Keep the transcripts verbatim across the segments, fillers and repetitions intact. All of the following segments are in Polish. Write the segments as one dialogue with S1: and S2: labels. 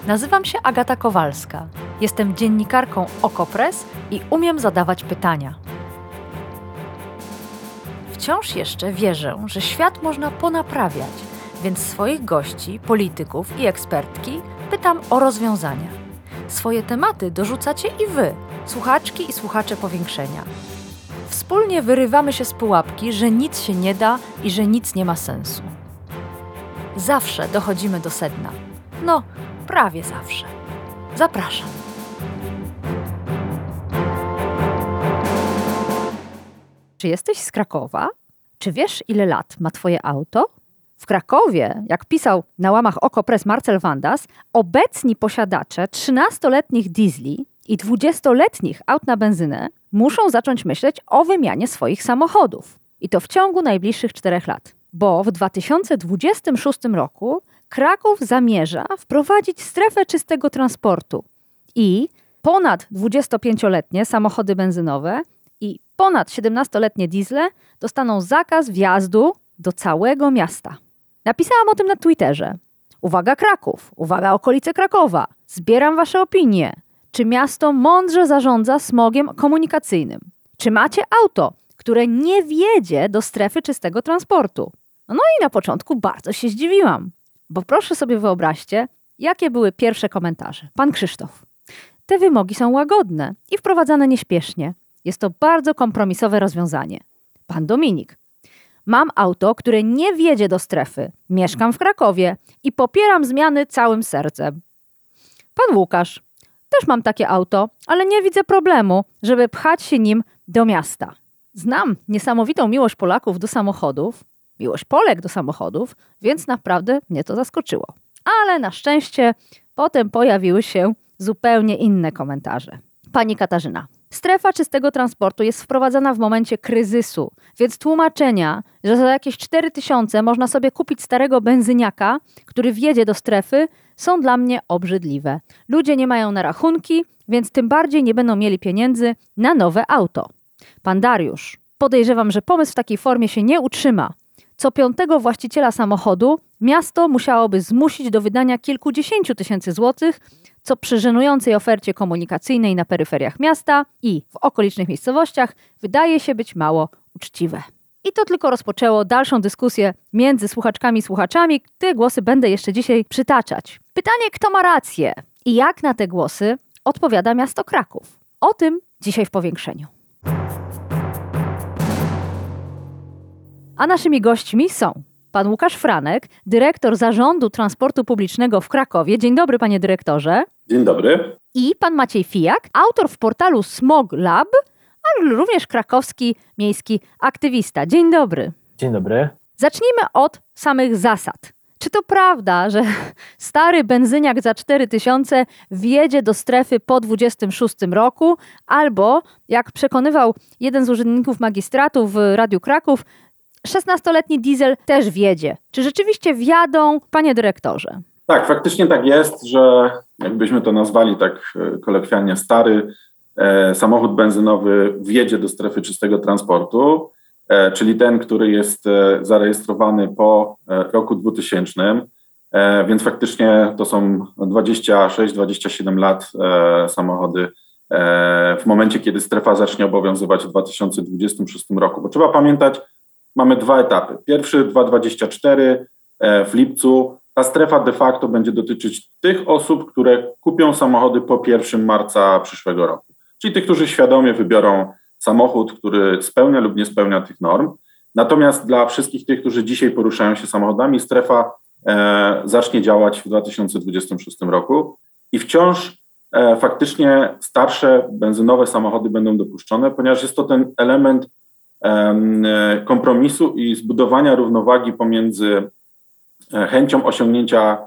S1: Nazywam się Agata Kowalska. Jestem dziennikarką Okopres i umiem zadawać pytania. Wciąż jeszcze wierzę, że świat można ponaprawiać, więc swoich gości, polityków i ekspertki pytam o rozwiązania. Swoje tematy dorzucacie i wy, słuchaczki i słuchacze Powiększenia. Wspólnie wyrywamy się z pułapki, że nic się nie da i że nic nie ma sensu. Zawsze dochodzimy do sedna. No, prawie zawsze. Zapraszam. Czy jesteś z Krakowa? Czy wiesz, ile lat ma twoje auto? W Krakowie, jak pisał na łamach Okopres Marcel Wandas, obecni posiadacze trzynastoletnich diesli i dwudziestoletnich aut na benzynę muszą zacząć myśleć o wymianie swoich samochodów. I to w ciągu najbliższych czterech lat. Bo w dwa tysiące dwudziestym szóstym roku Kraków zamierza wprowadzić strefę czystego transportu i ponad dwudziestopięcioletnie samochody benzynowe i ponad siedemnastoletnie diesle dostaną zakaz wjazdu do całego miasta. Napisałam o tym na Twitterze. Uwaga Kraków, uwaga okolice Krakowa. Zbieram wasze opinie. Czy miasto mądrze zarządza smogiem komunikacyjnym? Czy macie auto, które nie wjedzie do strefy czystego transportu? No i na początku bardzo się zdziwiłam, bo proszę sobie wyobraźcie, jakie były pierwsze komentarze. Pan Krzysztof. Te wymogi są łagodne i wprowadzane nieśpiesznie. Jest to bardzo kompromisowe rozwiązanie. Pan Dominik. Mam auto, które nie wjedzie do strefy. Mieszkam w Krakowie i popieram zmiany całym sercem. Pan Łukasz. Też mam takie auto, ale nie widzę problemu, żeby pchać się nim do miasta. Znam niesamowitą miłość Polaków do samochodów, miłość Polek do samochodów, więc naprawdę mnie to zaskoczyło. Ale na szczęście potem pojawiły się zupełnie inne komentarze. Pani Katarzyna. Strefa czystego transportu jest wprowadzana w momencie kryzysu, więc tłumaczenia, że za jakieś cztery tysiące można sobie kupić starego benzyniaka, który wjedzie do strefy, są dla mnie obrzydliwe. Ludzie nie mają na rachunki, więc tym bardziej nie będą mieli pieniędzy na nowe auto. Pan Dariusz. Podejrzewam, że pomysł w takiej formie się nie utrzyma. Co piątego właściciela samochodu miasto musiałoby zmusić do wydania kilkudziesięciu tysięcy złotych, co przy żenującej ofercie komunikacyjnej na peryferiach miasta i w okolicznych miejscowościach wydaje się być mało uczciwe. I to tylko rozpoczęło dalszą dyskusję między słuchaczkami i słuchaczami. Te głosy będę jeszcze dzisiaj przytaczać. Pytanie, kto ma rację i jak na te głosy odpowiada miasto Kraków. O tym dzisiaj w Powiększeniu. A naszymi gośćmi są pan Łukasz Franek, dyrektor Zarządu Transportu Publicznego w Krakowie. Dzień dobry, panie dyrektorze.
S2: Dzień dobry.
S1: I pan Maciej Fijak, autor w portalu Smog Lab, ale również krakowski miejski aktywista. Dzień dobry.
S3: Dzień dobry.
S1: Zacznijmy od samych zasad. Czy to prawda, że stary benzyniak za cztery tysiące wjedzie do strefy po dwudziestym szóstym roku, albo, jak przekonywał jeden z urzędników magistratu w Radiu Kraków, szesnastoletni diesel też wjedzie? Czy rzeczywiście wjadą, panie dyrektorze?
S2: Tak, faktycznie tak jest, że jakbyśmy to nazwali tak kolokwialnie, stary e, samochód benzynowy wjedzie do strefy czystego transportu, e, czyli ten, który jest e, zarejestrowany po e, roku dwutysięcznym, e, więc faktycznie to są dwadzieścia sześć dwadzieścia siedem lat e, samochody e, w momencie, kiedy strefa zacznie obowiązywać w dwa tysiące dwudziestym szóstym roku. Bo trzeba pamiętać, mamy dwa etapy. Pierwszy dwa tysiące dwudziesty czwarty e, w lipcu. Ta strefa de facto będzie dotyczyć tych osób, które kupią samochody po pierwszego marca przyszłego roku. Czyli tych, którzy świadomie wybiorą samochód, który spełnia lub nie spełnia tych norm. Natomiast dla wszystkich tych, którzy dzisiaj poruszają się samochodami, strefa e, zacznie działać w dwa tysiące dwudziestym szóstym roku i wciąż e, faktycznie starsze benzynowe samochody będą dopuszczone, ponieważ jest to ten element e, kompromisu i zbudowania równowagi pomiędzy chęcią osiągnięcia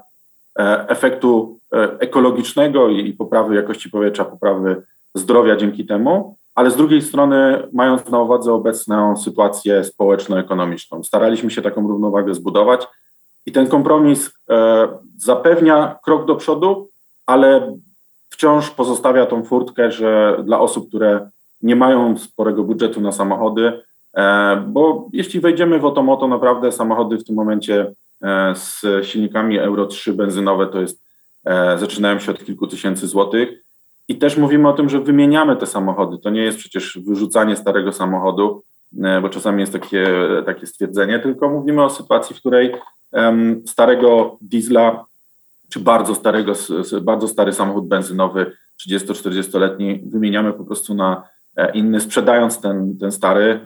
S2: efektu ekologicznego i poprawy jakości powietrza, poprawy zdrowia dzięki temu, ale z drugiej strony mając na uwadze obecną sytuację społeczno-ekonomiczną. Staraliśmy się taką równowagę zbudować i ten kompromis zapewnia krok do przodu, ale wciąż pozostawia tą furtkę, że dla osób, które nie mają sporego budżetu na samochody, bo jeśli wejdziemy w oto moto, naprawdę samochody w tym momencie z silnikami Euro trzy benzynowe to jest zaczynają się od kilku tysięcy złotych. I też mówimy o tym, że wymieniamy te samochody. To nie jest przecież wyrzucanie starego samochodu, bo czasami jest takie, takie stwierdzenie, tylko mówimy o sytuacji, w której um, starego diesla, czy bardzo starego, bardzo stary samochód benzynowy, trzydziesto-czterdziestoletni, wymieniamy po prostu na inny, sprzedając ten, ten stary,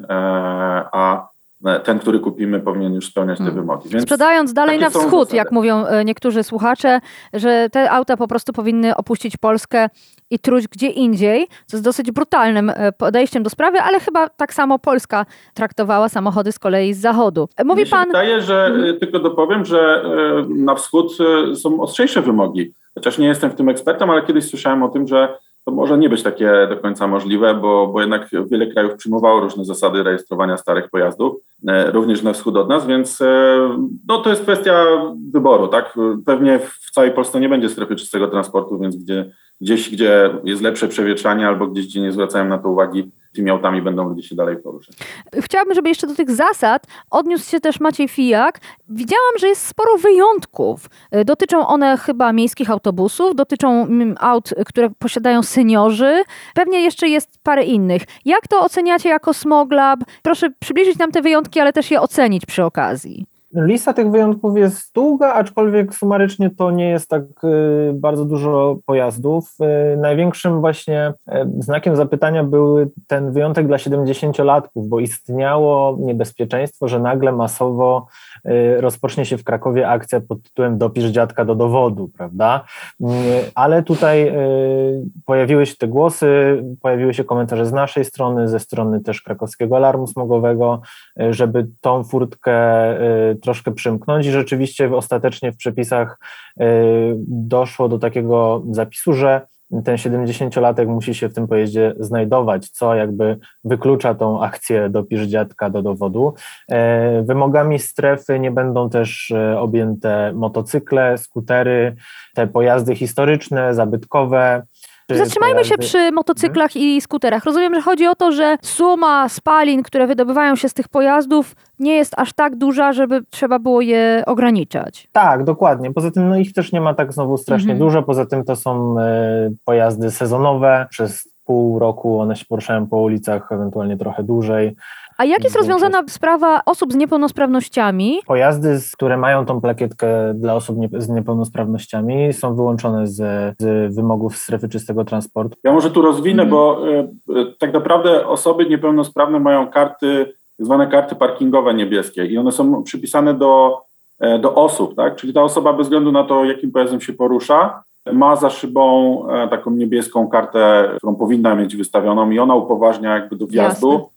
S2: a ten, który kupimy, powinien już spełniać te wymogi. Więc
S1: sprzedając dalej na wschód,
S2: zasady.
S1: Jak mówią niektórzy słuchacze, że te auta po prostu powinny opuścić Polskę i truć gdzie indziej, co jest dosyć brutalnym podejściem do sprawy, ale chyba tak samo Polska traktowała samochody z kolei z zachodu. Mówi
S2: Mnie się
S1: pan...
S2: wydaje, że hmm. tylko dopowiem, że na wschód są ostrzejsze wymogi. Chociaż nie jestem w tym ekspertem, ale kiedyś słyszałem o tym, że to może nie być takie do końca możliwe, bo, bo jednak wiele krajów przyjmowało różne zasady rejestrowania starych pojazdów, również na wschód od nas, więc no, to jest kwestia wyboru, tak? Pewnie w całej Polsce nie będzie strefy czystego transportu, więc gdzie, gdzieś, gdzie jest lepsze przewietrzanie albo gdzieś, gdzie nie zwracają na to uwagi, tymi autami będą ludzie się dalej poruszać.
S1: Chciałabym, żeby jeszcze do tych zasad odniósł się też Maciej Fijak. Widziałam, że jest sporo wyjątków. Dotyczą one chyba miejskich autobusów, dotyczą aut, które posiadają seniorzy. Pewnie jeszcze jest parę innych. Jak to oceniacie jako Smoglab? Proszę przybliżyć nam te wyjątki, ale też je ocenić przy okazji.
S3: Lista tych wyjątków jest długa, aczkolwiek sumarycznie to nie jest tak y, bardzo dużo pojazdów. Y, największym właśnie y, znakiem zapytania był ten wyjątek dla siedemdziesięciolatków, bo istniało niebezpieczeństwo, że nagle masowo y, rozpocznie się w Krakowie akcja pod tytułem Dopisz dziadka do dowodu, prawda? Y, ale tutaj y, pojawiły się te głosy, pojawiły się komentarze z naszej strony, ze strony też Krakowskiego Alarmu Smogowego, y, żeby tą furtkę y, troszkę przymknąć i rzeczywiście ostatecznie w przepisach y, doszło do takiego zapisu, że ten siedemdziesięciolatek musi się w tym pojeździe znajdować, co jakby wyklucza tą akcję Dopisz dziadka do dowodu. Y, wymogami strefy nie będą też y, objęte motocykle, skutery, te pojazdy historyczne, zabytkowe.
S1: Zatrzymajmy pojazdy. się przy motocyklach hmm. i skuterach. Rozumiem, że chodzi o to, że suma spalin, które wydobywają się z tych pojazdów, nie jest aż tak duża, żeby trzeba było je ograniczać.
S3: Tak, dokładnie. Poza tym no, ich też nie ma tak znowu strasznie hmm. dużo. Poza tym to są y, pojazdy sezonowe. Przez pół roku one się poruszają po ulicach, ewentualnie trochę dłużej.
S1: A jak jest rozwiązana sprawa osób z niepełnosprawnościami?
S3: Pojazdy, które mają tą plakietkę dla osób nie, z niepełnosprawnościami, są wyłączone z, z wymogów strefy czystego transportu.
S2: Ja może tu rozwinę, mm. bo y, y, tak naprawdę osoby niepełnosprawne mają karty, tak zwane karty parkingowe niebieskie i one są przypisane do, y, do osób, tak? Czyli ta osoba bez względu na to, jakim pojazdem się porusza, ma za szybą y, taką niebieską kartę, którą powinna mieć wystawioną i ona upoważnia jakby do wjazdu. Jasne.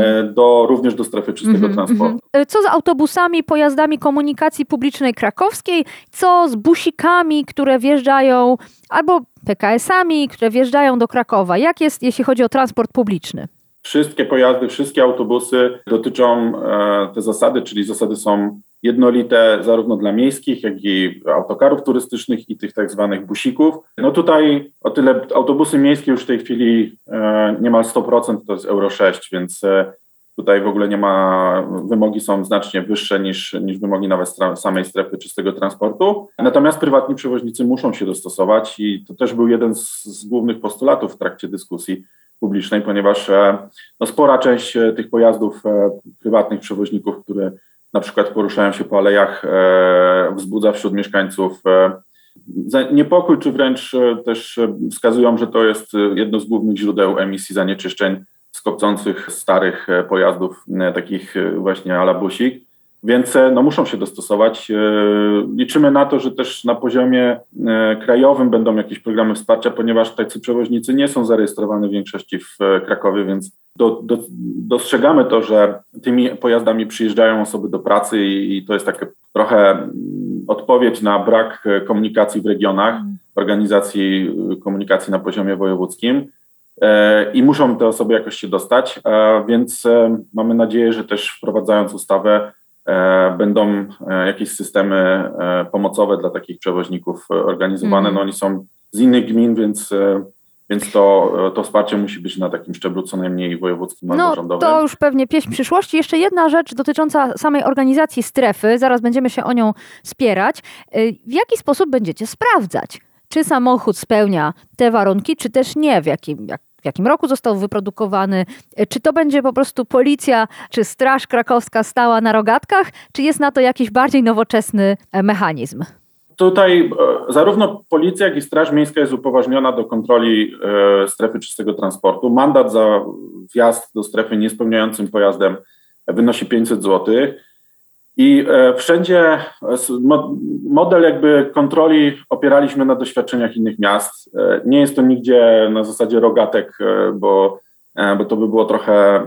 S2: Do, również do strefy czystego mm-hmm, transportu.
S1: Co z autobusami, pojazdami komunikacji publicznej krakowskiej? Co z busikami, które wjeżdżają, albo P K S-ami, które wjeżdżają do Krakowa? Jak jest, jeśli chodzi o transport publiczny?
S2: Wszystkie pojazdy, wszystkie autobusy dotyczą e, te zasady, czyli zasady są jednolite zarówno dla miejskich, jak i autokarów turystycznych i tych tak zwanych busików. No tutaj o tyle autobusy miejskie już w tej chwili e, niemal sto procent to jest Euro sześć, więc e, tutaj w ogóle nie ma, wymogi są znacznie wyższe niż, niż wymogi nawet stra- samej strefy czystego transportu. Natomiast prywatni przewoźnicy muszą się dostosować i to też był jeden z, z głównych postulatów w trakcie dyskusji publicznej, ponieważ e, no, spora część tych pojazdów e, prywatnych przewoźników, które na przykład poruszają się po alejach, e, wzbudza wśród mieszkańców e, niepokój, czy wręcz e, też wskazują, że to jest jedno z głównych źródeł emisji zanieczyszczeń z kopcących starych e, pojazdów, e, takich e, właśnie a la busik. Więc e, no, muszą się dostosować. E, liczymy na to, że też na poziomie e, krajowym będą jakieś programy wsparcia, ponieważ tacy przewoźnicy nie są zarejestrowani w większości w e, Krakowie, więc do, do, dostrzegamy to, że tymi pojazdami przyjeżdżają osoby do pracy i, i to jest taka trochę odpowiedź na brak komunikacji w regionach, organizacji komunikacji na poziomie wojewódzkim e, i muszą te osoby jakoś się dostać, e, więc e, mamy nadzieję, że też wprowadzając ustawę e, będą e, jakieś systemy e, pomocowe dla takich przewoźników organizowane. Mm. No, oni są z innych gmin, więc e, Więc to, to wsparcie musi być na takim szczeblu co najmniej wojewódzkim albo
S1: No,
S2: rządowym.
S1: to już pewnie pieśń przyszłości. Jeszcze jedna rzecz dotycząca samej organizacji strefy. Zaraz będziemy się o nią spierać. W jaki sposób będziecie sprawdzać, czy samochód spełnia te warunki, czy też nie? W jakim, jak, w jakim roku został wyprodukowany? Czy to będzie po prostu policja, czy Straż Krakowska stała na rogatkach, czy jest na to jakiś bardziej nowoczesny mechanizm?
S2: Tutaj zarówno policja, jak i Straż Miejska jest upoważniona do kontroli e, strefy czystego transportu. Mandat za wjazd do strefy niespełniającym pojazdem wynosi pięćset złotych. I e, wszędzie e, mo, model jakby kontroli opieraliśmy na doświadczeniach innych miast. E, nie jest to nigdzie na zasadzie rogatek, e, bo, e, bo to by było trochę e,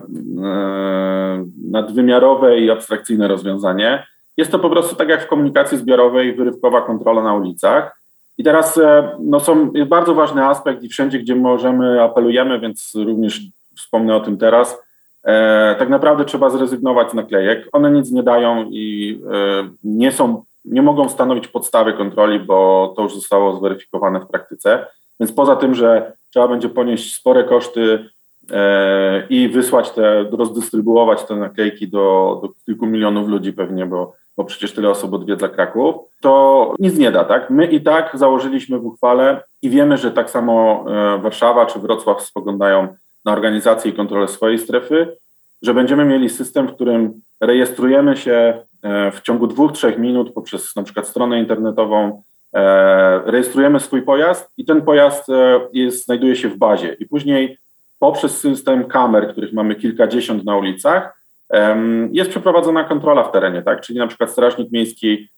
S2: nadwymiarowe i abstrakcyjne rozwiązanie. Jest to po prostu tak jak w komunikacji zbiorowej, wyrywkowa kontrola na ulicach. I teraz no, są, jest bardzo ważny aspekt i wszędzie, gdzie możemy, apelujemy, więc również wspomnę o tym teraz. E, tak naprawdę trzeba zrezygnować z naklejek. One nic nie dają i e, nie są, nie mogą stanowić podstawy kontroli, bo to już zostało zweryfikowane w praktyce. Więc poza tym, że trzeba będzie ponieść spore koszty e, i wysłać te, rozdystrybuować te naklejki do, do kilku milionów ludzi pewnie, bo bo przecież tyle osób odwiedza Kraków, to nic nie da, tak? My i tak założyliśmy w uchwale i wiemy, że tak samo Warszawa czy Wrocław spoglądają na organizację i kontrolę swojej strefy, że będziemy mieli system, w którym rejestrujemy się w ciągu dwóch, trzech minut poprzez na przykład stronę internetową, rejestrujemy swój pojazd i ten pojazd jest, znajduje się w bazie i później poprzez system kamer, których mamy kilkadziesiąt na ulicach, jest przeprowadzona kontrola w terenie, tak? Czyli na przykład strażnik miejski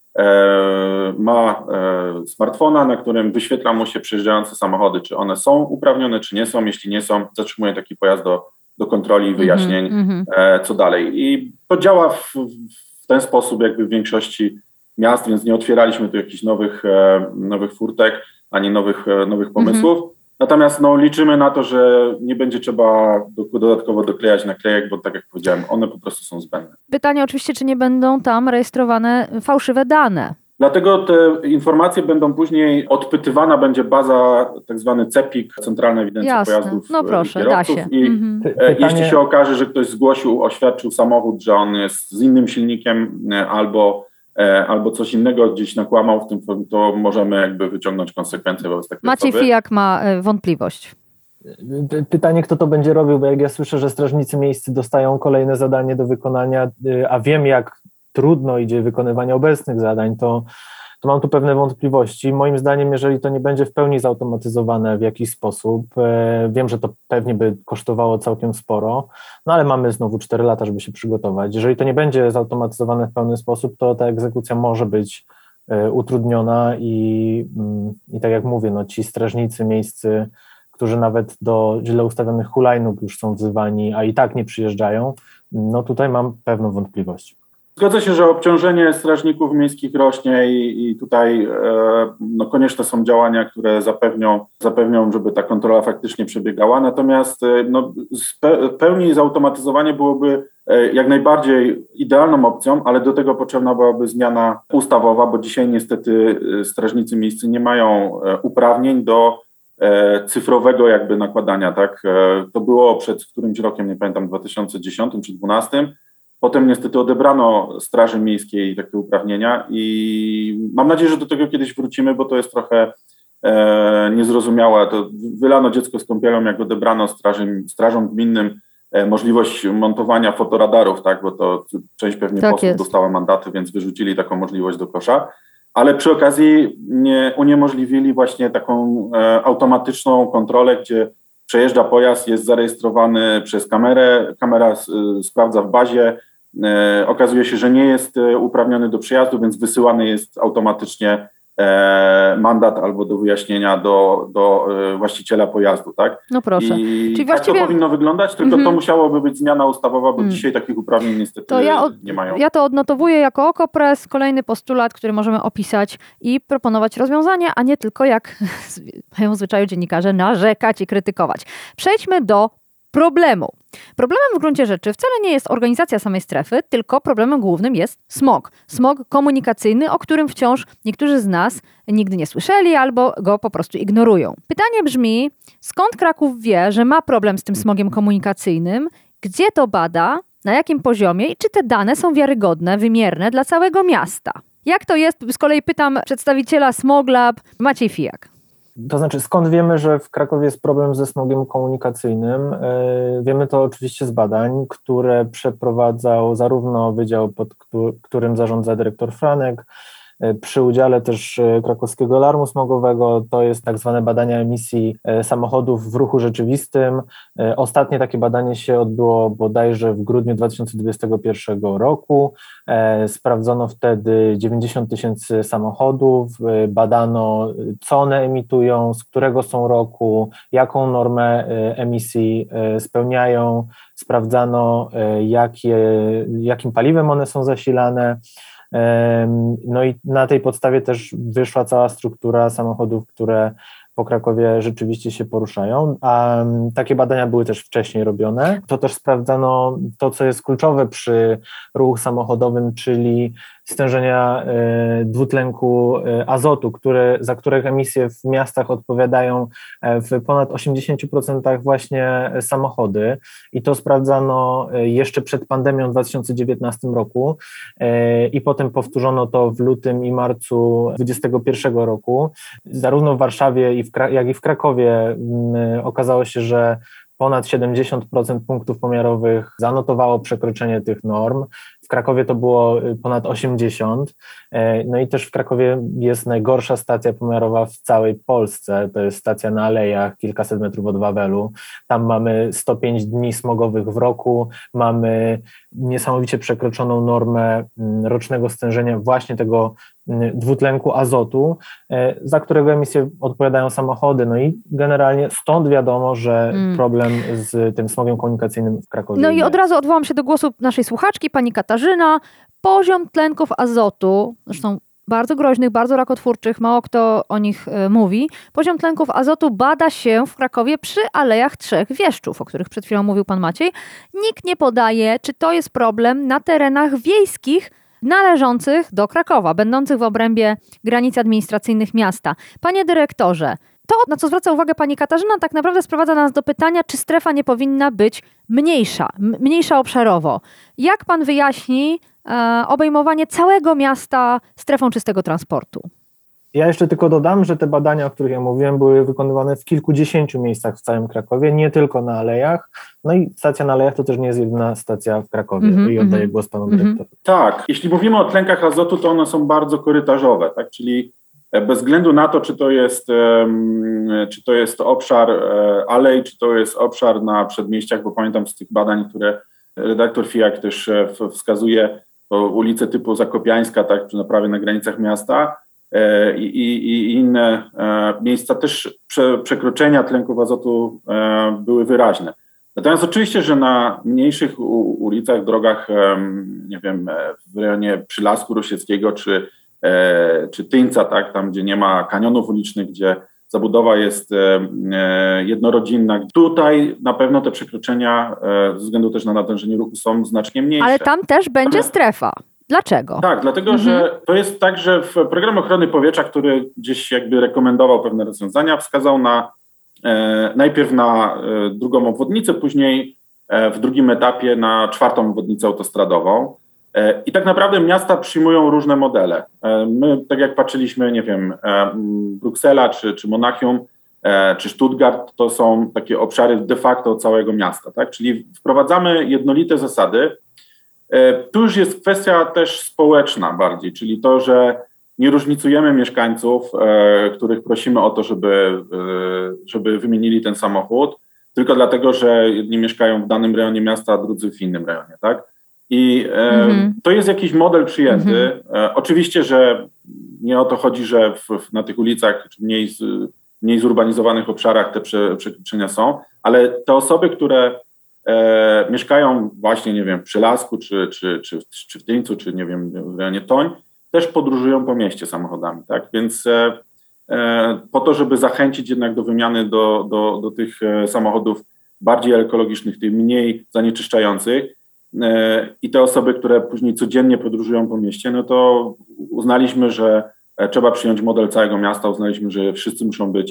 S2: ma smartfona, na którym wyświetla mu się przyjeżdżające samochody, czy one są uprawnione, czy nie są. Jeśli nie są, zatrzymuje taki pojazd do, do kontroli i wyjaśnień, mm-hmm. co dalej. I to działa w, w ten sposób jakby w większości miast, więc nie otwieraliśmy tu jakichś nowych, nowych furtek, ani nowych, nowych pomysłów. Mm-hmm. Natomiast no, liczymy na to, że nie będzie trzeba do, dodatkowo doklejać naklejek, bo tak jak powiedziałem, one po prostu są zbędne.
S1: Pytanie oczywiście, czy nie będą tam rejestrowane fałszywe dane?
S2: Dlatego te informacje będą później odpytywana, będzie baza, tak zwany CEPiK, Centralna Ewidencja
S1: Jasne.
S2: Pojazdów
S1: no proszę,
S2: i Kierowców.
S1: da się.
S2: I
S1: mhm.
S2: jeśli się okaże, że ktoś zgłosił, oświadczył samochód, że on jest z innym silnikiem albo albo coś innego gdzieś nakłamał w tym, to możemy jakby wyciągnąć konsekwencje wobec takiej
S1: Maciej
S2: osoby.
S1: Fijak ma wątpliwość.
S3: Pytanie, kto to będzie robił, bo jak ja słyszę, że strażnicy miejscy dostają kolejne zadanie do wykonania, a wiem, jak trudno idzie wykonywanie obecnych zadań, to, to mam tu pewne wątpliwości. Moim zdaniem, jeżeli to nie będzie w pełni zautomatyzowane w jakiś sposób, wiem, że to pewnie by kosztowało całkiem sporo, no ale mamy znowu cztery lata, żeby się przygotować. Jeżeli to nie będzie zautomatyzowane w pełny sposób, to ta egzekucja może być utrudniona i, i tak jak mówię, no ci strażnicy miejscy, którzy nawet do źle ustawionych hulajnóg już są wzywani, a i tak nie przyjeżdżają, no tutaj mam pewną wątpliwość.
S2: Zgodzę się, że obciążenie strażników miejskich rośnie i, i tutaj e, no, konieczne są działania, które zapewnią, zapewnią, żeby ta kontrola faktycznie przebiegała. Natomiast e, no, spe, pełni zautomatyzowanie byłoby e, jak najbardziej idealną opcją, ale do tego potrzebna byłaby zmiana ustawowa, bo dzisiaj niestety strażnicy miejscy nie mają e, uprawnień do e, cyfrowego jakby nakładania. Tak? E, to było przed którymś rokiem, nie pamiętam, dwa tysiące dziesiątym czy dwa tysiące dwunastym. Potem niestety odebrano Straży Miejskiej takie uprawnienia i mam nadzieję, że do tego kiedyś wrócimy, bo to jest trochę e, niezrozumiałe. To wylano dziecko z kąpielą, jak odebrano straży, strażom gminnym e, możliwość montowania fotoradarów, tak, bo to część pewnie
S1: tak
S2: posłów
S1: jest.
S2: dostała mandaty, więc wyrzucili taką możliwość do kosza. Ale przy okazji nie, uniemożliwili właśnie taką e, automatyczną kontrolę, gdzie przejeżdża pojazd, jest zarejestrowany przez kamerę, kamera y, sprawdza w bazie, y, okazuje się, że nie jest y, uprawniony do przejazdu, więc wysyłany jest automatycznie e, mandat albo do wyjaśnienia do, do y, właściciela pojazdu, tak?
S1: No proszę.
S2: I
S1: Czyli
S2: tak
S1: właściwie...
S2: to powinno wyglądać, tylko
S1: mm-hmm.
S2: to musiałoby być zmiana ustawowa, bo
S1: mm.
S2: dzisiaj takich uprawnień niestety
S1: to ja od,
S2: nie mają.
S1: Ja to odnotowuję jako OKO.press, kolejny postulat, który możemy opisać i proponować rozwiązania, a nie tylko jak mają w zwyczaju dziennikarze narzekać i krytykować. Przejdźmy do problemu. Problemem w gruncie rzeczy wcale nie jest organizacja samej strefy, tylko problemem głównym jest smog. Smog komunikacyjny, o którym wciąż niektórzy z nas nigdy nie słyszeli albo go po prostu ignorują. Pytanie brzmi, skąd Kraków wie, że ma problem z tym smogiem komunikacyjnym, gdzie to bada, na jakim poziomie i czy te dane są wiarygodne, wymierne dla całego miasta? Jak to jest? Z kolei pytam przedstawiciela Smoglab, Maciej Fijak.
S3: To znaczy, skąd wiemy, że w Krakowie jest problem ze smogiem komunikacyjnym? Wiemy to oczywiście z badań, które przeprowadzał zarówno wydział, pod którym zarządza dyrektor Franek, przy udziale też Krakowskiego Alarmu Smogowego. To jest tak zwane badania emisji samochodów w ruchu rzeczywistym. Ostatnie takie badanie się odbyło bodajże w grudniu dwa tysiące dwudziestego pierwszego roku. Sprawdzono wtedy dziewięćdziesiąt tysięcy samochodów, badano co one emitują, z którego są roku, jaką normę emisji spełniają, sprawdzano jakie, jakim paliwem one są zasilane. No i na tej podstawie też wyszła cała struktura samochodów, które po Krakowie rzeczywiście się poruszają, a takie badania były też wcześniej robione. To też sprawdzano to, co jest kluczowe przy ruchu samochodowym, czyli stężenia dwutlenku azotu, które, za których emisje w miastach odpowiadają w ponad osiemdziesiąt procent właśnie samochody i to sprawdzano jeszcze przed pandemią w dwa tysiące dziewiętnastym roku i potem powtórzono to w lutym i marcu dwudziestego pierwszego roku. Zarówno w Warszawie, i w, jak i w Krakowie okazało się, że ponad siedemdziesiąt procent punktów pomiarowych zanotowało przekroczenie tych norm. W Krakowie to było ponad osiemdziesiąt procent. No i też w Krakowie jest najgorsza stacja pomiarowa w całej Polsce. To jest stacja na Alejach, kilkaset metrów od Wawelu. Tam mamy sto pięć dni smogowych w roku. Mamy niesamowicie przekroczoną normę rocznego stężenia właśnie tego dwutlenku azotu, za którego emisje odpowiadają samochody. No i generalnie stąd wiadomo, że mm. problem z tym smogiem komunikacyjnym w Krakowie
S1: No i
S3: jest.
S1: od razu odwołam się do głosu naszej słuchaczki, pani Katarzyna. Poziom tlenków azotu, zresztą bardzo groźnych, bardzo rakotwórczych, mało kto o nich y, mówi. Poziom tlenków azotu bada się w Krakowie przy Alejach Trzech Wieszczów, o których przed chwilą mówił pan Maciej. Nikt nie podaje, czy to jest problem na terenach wiejskich należących do Krakowa, będących w obrębie granic administracyjnych miasta. Panie dyrektorze, to, na co zwraca uwagę pani Katarzyna, tak naprawdę sprowadza nas do pytania, czy strefa nie powinna być mniejsza, m- mniejsza obszarowo. Jak pan wyjaśni e, obejmowanie całego miasta strefą czystego transportu?
S3: Ja jeszcze tylko dodam, że te badania, o których ja mówiłem, były wykonywane w kilkudziesięciu miejscach w całym Krakowie, nie tylko na Alejach. No i stacja na Alejach to też nie jest jedyna stacja w Krakowie. Mm-hmm, I oddaję mm-hmm. głos panu dyrektorowi.
S2: Tak, jeśli mówimy o tlenkach azotu, to one są bardzo korytarzowe, tak? Czyli bez względu na to, czy to jest, czy to jest obszar alej, czy to jest obszar na przedmieściach, bo pamiętam z tych badań, które redaktor Fijak też wskazuje, to ulice typu Zakopiańska, tak, czy prawie na granicach miasta, I, i, i inne miejsca też prze, przekroczenia tlenków azotu były wyraźne. Natomiast oczywiście, że na mniejszych u, ulicach, drogach, nie wiem, w rejonie Przylasku Rosieckiego czy, czy Tyńca, tak, tam gdzie nie ma kanionów ulicznych, gdzie zabudowa jest jednorodzinna, tutaj na pewno te przekroczenia ze względu też na natężenie ruchu są znacznie mniejsze.
S1: Ale tam też będzie strefa. Dlaczego?
S2: Tak, dlatego, mhm. że to jest tak, że w programie ochrony powietrza, który gdzieś jakby rekomendował pewne rozwiązania, wskazał na e, najpierw na e, drugą obwodnicę, później e, w drugim etapie na czwartą obwodnicę autostradową. E, I tak naprawdę miasta przyjmują różne modele. E, my, tak jak patrzyliśmy, nie wiem, e, Bruksela czy, czy Monachium, e, czy Stuttgart, to są takie obszary de facto całego miasta, tak? Czyli wprowadzamy jednolite zasady. Tu już jest kwestia też społeczna bardziej, czyli to, że nie różnicujemy mieszkańców, e, których prosimy o to, żeby, e, żeby wymienili ten samochód, tylko dlatego, że jedni mieszkają w danym rejonie miasta, a drudzy w innym rejonie, tak? I e, mm-hmm. to jest jakiś model przyjęty. Mm-hmm. E, oczywiście, że nie o to chodzi, że w, w, na tych ulicach czy mniej, z, mniej zurbanizowanych obszarach te prze, przekroczenia są, ale te osoby, które E, mieszkają właśnie, nie wiem, w Przylasku, czy, czy, czy, czy w Tyńcu, czy nie wiem, w rejonie Toń, też podróżują po mieście samochodami, tak? Więc e, po to, żeby zachęcić jednak do wymiany do, do, do tych samochodów bardziej ekologicznych, tych mniej zanieczyszczających i te osoby, które później codziennie podróżują po mieście, no to uznaliśmy, że trzeba przyjąć model całego miasta, uznaliśmy, że wszyscy muszą być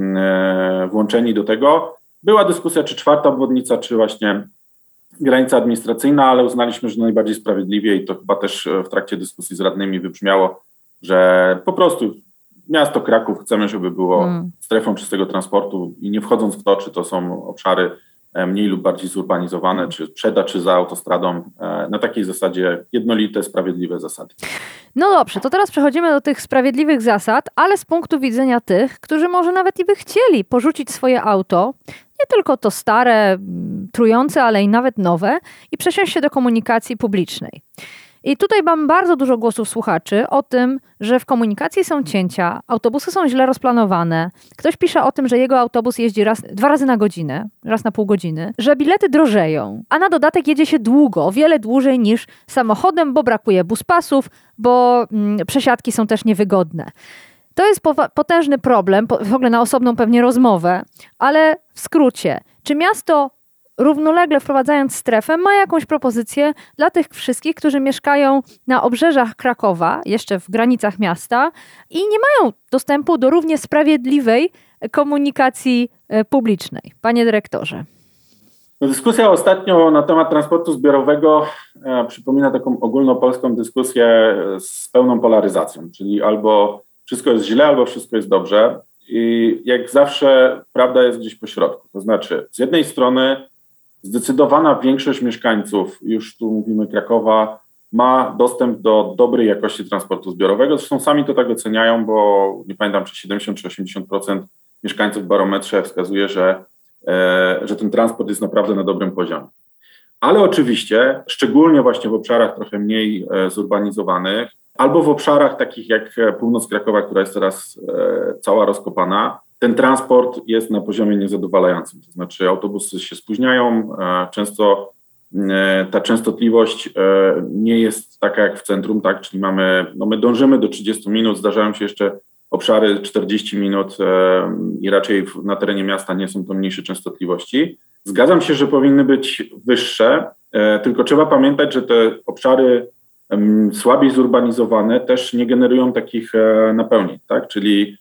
S2: włączeni do tego. Była dyskusja, czy czwarta obwodnica, czy właśnie granica administracyjna, ale uznaliśmy, że najbardziej sprawiedliwie i to chyba też w trakcie dyskusji z radnymi wybrzmiało, że po prostu miasto Kraków chcemy, żeby było hmm. strefą czystego transportu i nie wchodząc w to, czy to są obszary mniej lub bardziej zurbanizowane, czy przeda, czy za autostradą, na takiej zasadzie jednolite, sprawiedliwe zasady.
S1: No dobrze, to teraz przechodzimy do tych sprawiedliwych zasad, ale z punktu widzenia tych, którzy może nawet i by chcieli porzucić swoje auto, nie tylko to stare, trujące, ale i nawet nowe i przesiąść się do komunikacji publicznej. I tutaj mam bardzo dużo głosów słuchaczy o tym, że w komunikacji są cięcia, autobusy są źle rozplanowane. Ktoś pisze o tym, że jego autobus jeździ raz, dwa razy na godzinę, raz na pół godziny, że bilety drożeją, a na dodatek jedzie się długo, o wiele dłużej niż samochodem, bo brakuje buspasów, bo mm, przesiadki są też niewygodne. To jest powa- potężny problem, po, w ogóle na osobną pewnie rozmowę, ale w skrócie, czy miasto równolegle wprowadzając strefę, ma jakąś propozycję dla tych wszystkich, którzy mieszkają na obrzeżach Krakowa, jeszcze w granicach miasta i nie mają dostępu do równie sprawiedliwej komunikacji publicznej. Panie dyrektorze.
S2: No, dyskusja ostatnio na temat transportu zbiorowego e, przypomina taką ogólnopolską dyskusję z pełną polaryzacją, czyli albo wszystko jest źle, albo wszystko jest dobrze. I jak zawsze prawda jest gdzieś po środku. To znaczy z jednej strony zdecydowana większość mieszkańców, już tu mówimy Krakowa, ma dostęp do dobrej jakości transportu zbiorowego. Zresztą sami to tak oceniają, bo nie pamiętam, czy siedemdziesiąt czy osiemdziesiąt procent mieszkańców w barometrze wskazuje, że, e, że ten transport jest naprawdę na dobrym poziomie. Ale oczywiście, szczególnie właśnie w obszarach trochę mniej e, zurbanizowanych, albo w obszarach takich jak północ Krakowa, która jest teraz e, cała rozkopana, ten transport jest na poziomie niezadowalającym. To znaczy autobusy się spóźniają, e, często e, ta częstotliwość e, nie jest taka jak w centrum, tak? Czyli mamy, no my dążymy do trzydziestu minut, zdarzają się jeszcze obszary czterdzieści minut e, i raczej w, na terenie miasta nie są to mniejsze częstotliwości. Zgadzam się, że powinny być wyższe, e, tylko trzeba pamiętać, że te obszary e, słabiej zurbanizowane też nie generują takich e, napełnień, tak? Czyli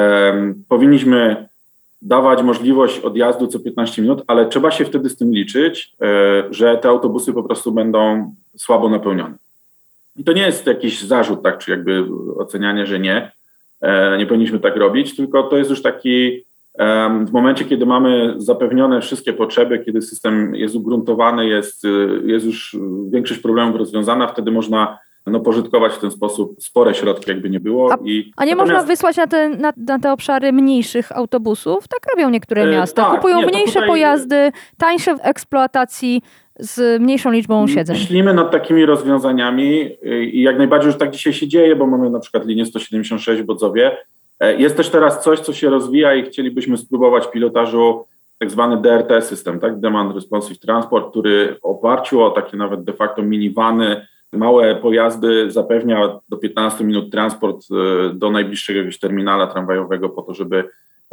S2: e, powinniśmy dawać możliwość odjazdu co piętnaście minut, ale trzeba się wtedy z tym liczyć, e, że te autobusy po prostu będą słabo napełnione. I to nie jest jakiś zarzut, tak, czy jakby ocenianie, że nie, e, nie powinniśmy tak robić, tylko to jest już taki w momencie, kiedy mamy zapewnione wszystkie potrzeby, kiedy system jest ugruntowany, jest, jest już większość problemów rozwiązana, wtedy można no, pożytkować w ten sposób spore środki, jakby nie było.
S1: A,
S2: I
S1: a nie
S2: natomiast...
S1: można wysłać na te, na, na te obszary mniejszych autobusów? Tak robią niektóre miasta.
S2: E, tak,
S1: Kupują
S2: nie,
S1: mniejsze
S2: tutaj...
S1: pojazdy, tańsze w eksploatacji, z mniejszą liczbą siedzeń.
S2: Myślimy nad takimi rozwiązaniami i jak najbardziej już tak dzisiaj się dzieje, bo mamy na przykład linię sto siedemdziesiąt sześć w Bodzowie. Jest też teraz coś, co się rozwija i chcielibyśmy spróbować pilotażu, tak zwany D R T system, tak? Demand Responsive Transport, który w oparciu o takie nawet de facto minivany, małe pojazdy zapewnia do piętnastu minut transport do najbliższego jakiegoś terminala tramwajowego po to, żeby,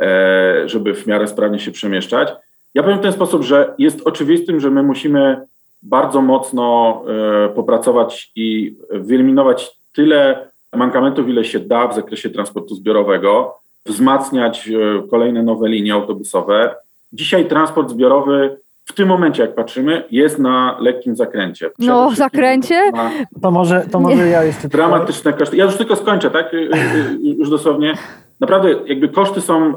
S2: żeby w miarę sprawnie się przemieszczać. Ja powiem w ten sposób, że jest oczywistym, że my musimy bardzo mocno popracować i wyeliminować tyle mankamentów, ile się da w zakresie transportu zbiorowego, wzmacniać kolejne nowe linie autobusowe. Dzisiaj transport zbiorowy w tym momencie, jak patrzymy, jest na lekkim zakręcie.
S1: No, w zakręcie?
S3: Na to może, to może ja jeszcze...
S2: Dramatyczne koszty. Ja już tylko skończę, tak? Już dosłownie. Naprawdę jakby koszty są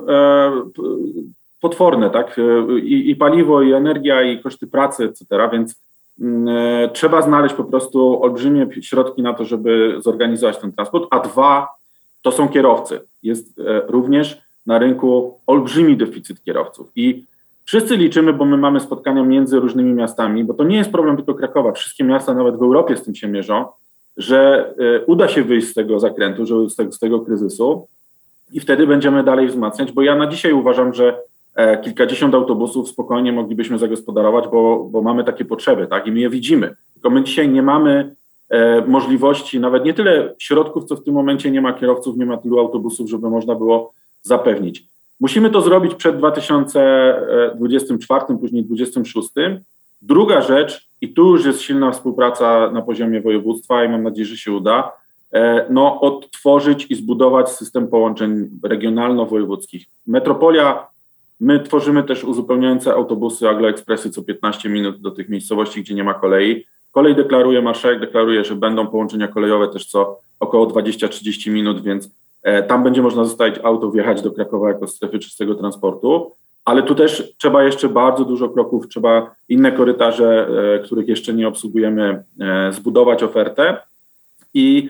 S2: potworne, tak? I, i paliwo, i energia, i koszty pracy, et cetera, więc trzeba znaleźć po prostu olbrzymie środki na to, żeby zorganizować ten transport, a dwa, to są kierowcy. Jest również na rynku olbrzymi deficyt kierowców i wszyscy liczymy, bo my mamy spotkania między różnymi miastami, bo to nie jest problem tylko Krakowa, wszystkie miasta nawet w Europie z tym się mierzą, że uda się wyjść z tego zakrętu, że z tego, z tego kryzysu i wtedy będziemy dalej wzmacniać, bo ja na dzisiaj uważam, że kilkadziesiąt autobusów spokojnie moglibyśmy zagospodarować, bo, bo mamy takie potrzeby, tak? I my je widzimy. Tylko my dzisiaj nie mamy e, możliwości, nawet nie tyle środków, co w tym momencie nie ma kierowców, nie ma tylu autobusów, żeby można było zapewnić. Musimy to zrobić przed dwa tysiące dwudziestym czwartym, później dwudziestym szóstym. Druga rzecz, i tu już jest silna współpraca na poziomie województwa i mam nadzieję, że się uda, no, odtworzyć i zbudować system połączeń regionalno-wojewódzkich. Metropolia, my tworzymy też uzupełniające autobusy Agroekspresy co piętnaście minut do tych miejscowości, gdzie nie ma kolei. Kolej deklaruje, marszałek deklaruje, że będą połączenia kolejowe też co około dwadzieścia trzydzieści minut, więc e, tam będzie można zostawić auto, wjechać do Krakowa jako strefy czystego transportu. Ale tu też trzeba jeszcze bardzo dużo kroków, trzeba inne korytarze, e, których jeszcze nie obsługujemy, e, zbudować ofertę. I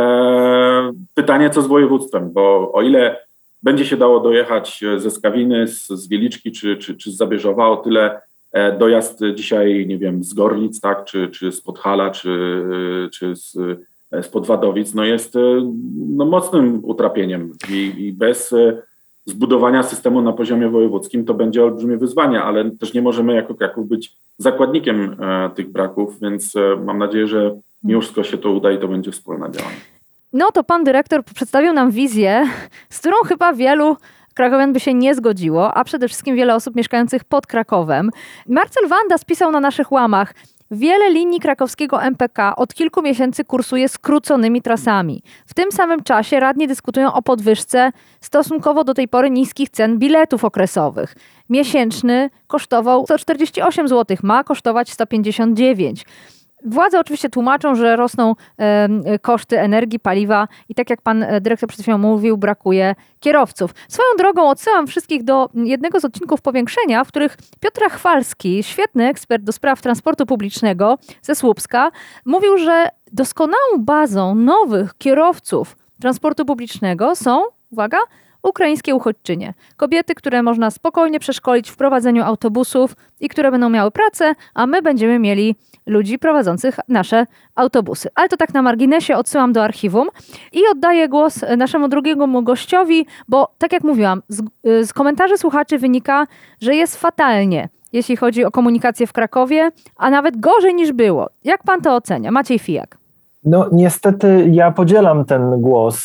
S2: e, pytanie, co z województwem, bo o ile będzie się dało dojechać ze Skawiny, z, z Wieliczki czy, czy, czy z Zabierzowa, o tyle e, dojazd dzisiaj, nie wiem, z Gorlic, tak, czy, czy z Podhala, czy, czy z, z Podwadowic, no jest no, mocnym utrapieniem i, i bez zbudowania systemu na poziomie wojewódzkim to będzie olbrzymie wyzwanie, ale też nie możemy jako Kraków być zakładnikiem e, tych braków, więc e, mam nadzieję, że mimo wszystko się to uda i to będzie wspólne działanie.
S1: No to pan dyrektor przedstawił nam wizję, z którą chyba wielu krakowian by się nie zgodziło, a przede wszystkim wiele osób mieszkających pod Krakowem. Marcel Wanda spisał na naszych łamach: wiele linii krakowskiego M P K od kilku miesięcy kursuje skróconymi trasami. W tym samym czasie radni dyskutują o podwyżce stosunkowo do tej pory niskich cen biletów okresowych. Miesięczny kosztował sto czterdzieści osiem złotych, ma kosztować sto pięćdziesiąt dziewięć. Władze oczywiście tłumaczą, że rosną e, koszty energii, paliwa i tak jak pan dyrektor przed chwilą mówił, brakuje kierowców. Swoją drogą odsyłam wszystkich do jednego z odcinków Powiększenia, w których Piotr Chwalski, świetny ekspert do spraw transportu publicznego ze Słupska, mówił, że doskonałą bazą nowych kierowców transportu publicznego są, uwaga, ukraińskie uchodźczynie. Kobiety, które można spokojnie przeszkolić w prowadzeniu autobusów i które będą miały pracę, a my będziemy mieli ludzi prowadzących nasze autobusy. Ale to tak na marginesie, odsyłam do archiwum i oddaję głos naszemu drugiemu gościowi, bo tak jak mówiłam, z, z komentarzy słuchaczy wynika, że jest fatalnie, jeśli chodzi o komunikację w Krakowie, a nawet gorzej niż było. Jak pan to ocenia? Maciej Fijak.
S3: No niestety ja podzielam ten głos,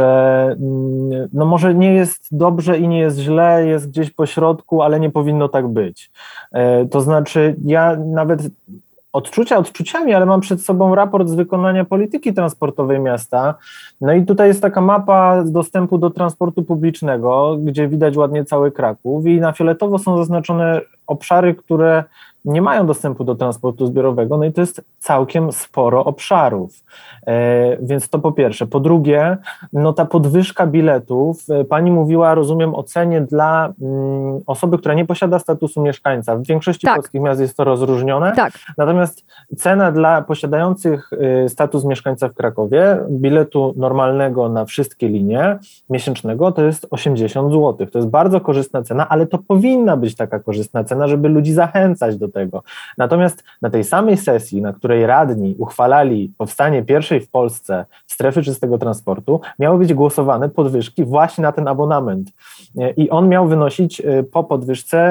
S3: że no może nie jest dobrze i nie jest źle, jest gdzieś po środku, ale nie powinno tak być. To znaczy ja nawet odczucia odczuciami, ale mam przed sobą raport z wykonania polityki transportowej miasta. No i tutaj jest taka mapa dostępu do transportu publicznego, gdzie widać ładnie cały Kraków i na fioletowo są zaznaczone obszary, które nie mają dostępu do transportu zbiorowego, no i to jest całkiem sporo obszarów. E, więc to po pierwsze. Po drugie, no ta podwyżka biletów, pani mówiła, rozumiem, o cenie dla mm, osoby, która nie posiada statusu mieszkańca. W większości tak. polskich miast jest to rozróżnione. Tak. Natomiast cena dla posiadających y, status mieszkańca w Krakowie, biletu normalnego na wszystkie linie, miesięcznego, to jest osiemdziesiąt złotych. To jest bardzo korzystna cena, ale to powinna być taka korzystna cena, żeby ludzi zachęcać do tego. Natomiast na tej samej sesji, na której radni uchwalali powstanie pierwszej w Polsce strefy czystego transportu, miały być głosowane podwyżki właśnie na ten abonament. I on miał wynosić po podwyżce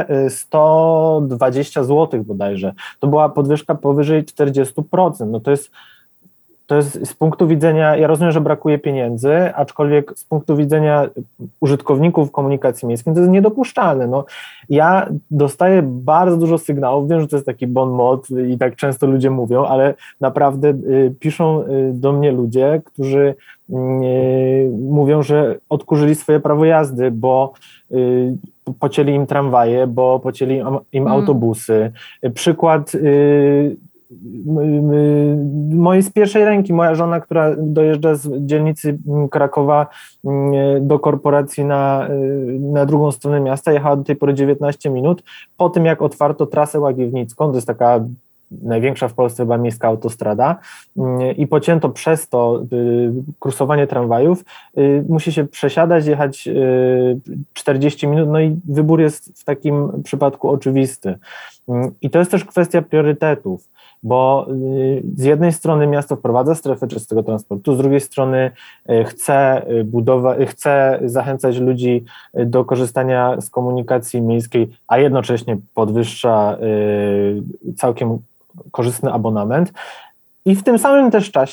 S3: sto dwadzieścia złotych bodajże. To była podwyżka powyżej czterdzieści procent. No to jest To jest z punktu widzenia, ja rozumiem, że brakuje pieniędzy, aczkolwiek z punktu widzenia użytkowników komunikacji miejskiej to jest niedopuszczalne. No, ja dostaję bardzo dużo sygnałów, wiem, że to jest taki bon mot i tak często ludzie mówią, ale naprawdę y, piszą y, do mnie ludzie, którzy y, mówią, że odkurzyli swoje prawo jazdy, bo y, pocięli im tramwaje, bo pocięli im, im autobusy. Hmm. Przykład y, mojej z pierwszej ręki, moja żona, która dojeżdża z dzielnicy Krakowa do korporacji na, na drugą stronę miasta, jechała do tej pory dziewiętnaście minut, po tym jak otwarto trasę łagiewnicką, to jest taka największa w Polsce chyba miejska autostrada i pocięto przez to y, kursowanie tramwajów, y, musi się przesiadać, jechać y, czterdzieści minut, no i wybór jest w takim przypadku oczywisty. Y, I to jest też kwestia priorytetów, bo y, z jednej strony miasto wprowadza strefę czystego transportu, z drugiej strony y, chce budować, chce zachęcać ludzi do korzystania z komunikacji miejskiej, a jednocześnie podwyższa y, całkiem korzystny abonament i w tym samym też czasie